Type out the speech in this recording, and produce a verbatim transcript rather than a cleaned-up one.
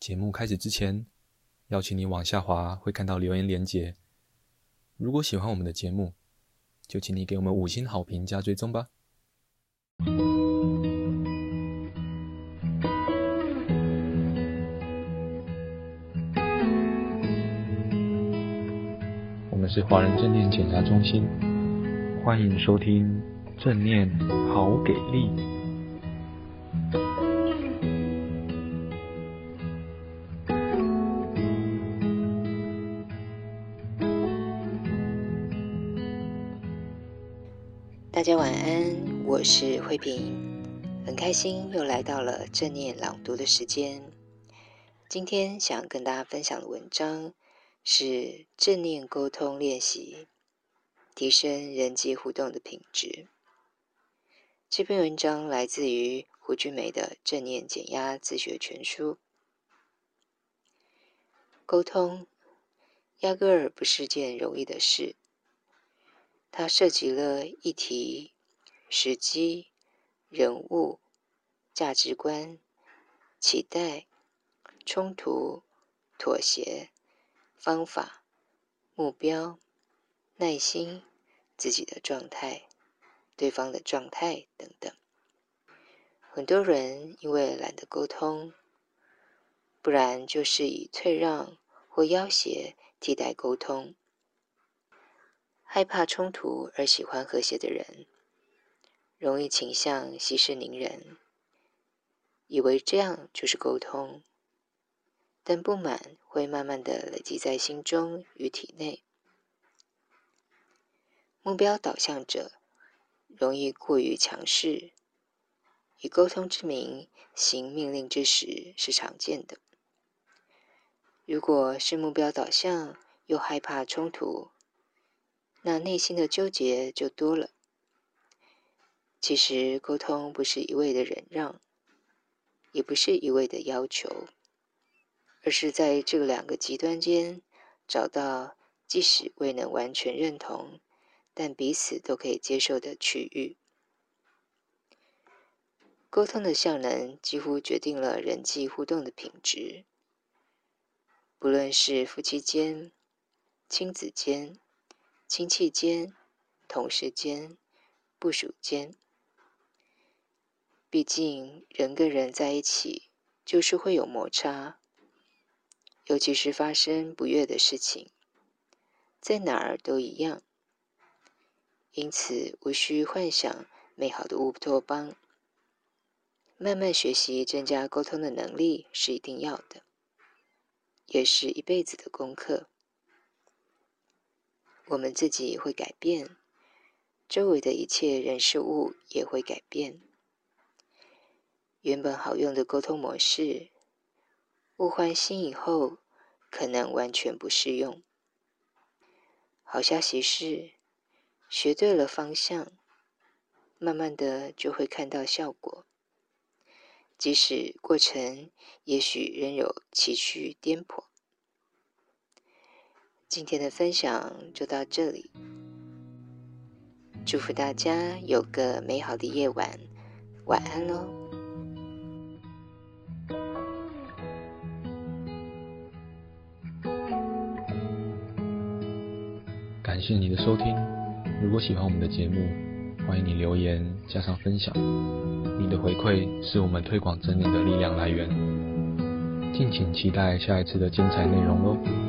节目开始之前，邀请你往下滑，会看到留言连结。如果喜欢我们的节目，就请你给我们五星好评加追踪吧。我们是华人正念减压中心，欢迎收听正念好给力。 大家晚安，我是慧萍，很开心又来到了正念朗读的时间。今天想跟大家分享的文章是正念沟通练习，提升人际互动的品质。这篇文章来自于胡君梅的《正念减压自学全书》。沟通压根儿不是件容易的事，它涉及了议题、时机、人物、价值观、期待、冲突、妥协、方法、目标、耐心、自己的状态、对方的状态等等。很多人因为懒得沟通，不然就是以退让或要挟替代沟通。害怕冲突而喜欢和谐的人，容易倾向息事宁人，以为这样就是沟通，但不满会慢慢的累积在心中与体内。目标导向者容易过于强势，以沟通之名行命令之实是常见的。如果是目标导向又害怕冲突，那内心的纠结就多了。其实沟通不是一味的忍让，也不是一味的要求，而是在这两个极端间找到即使未能完全认同，但彼此都可以接受的区域。沟通的效能几乎决定了人际互动的品质，不论是夫妻间、亲子间、亲戚间、同事间、部属间。毕竟人跟人在一起就是会有摩擦，尤其是发生不悦的事情，在哪儿都一样。因此无需幻想美好的乌托邦，慢慢学习增加沟通的能力是一定要的，也是一辈子的功课。我们自己会改变，周围的一切人事物也会改变。原本好用的沟通模式，物换新以后，可能完全不适用。好消息是，学对了方向，慢慢的就会看到效果。即使过程也许仍有崎岖颠簸。今天的分享就到这里，祝福大家有个美好的夜晚，晚安咯。 感谢你的收听，如果喜欢我们的节目，欢迎你留言加上分享，你的回馈是我们推广正念的力量来源。敬请期待下一次的精彩内容咯。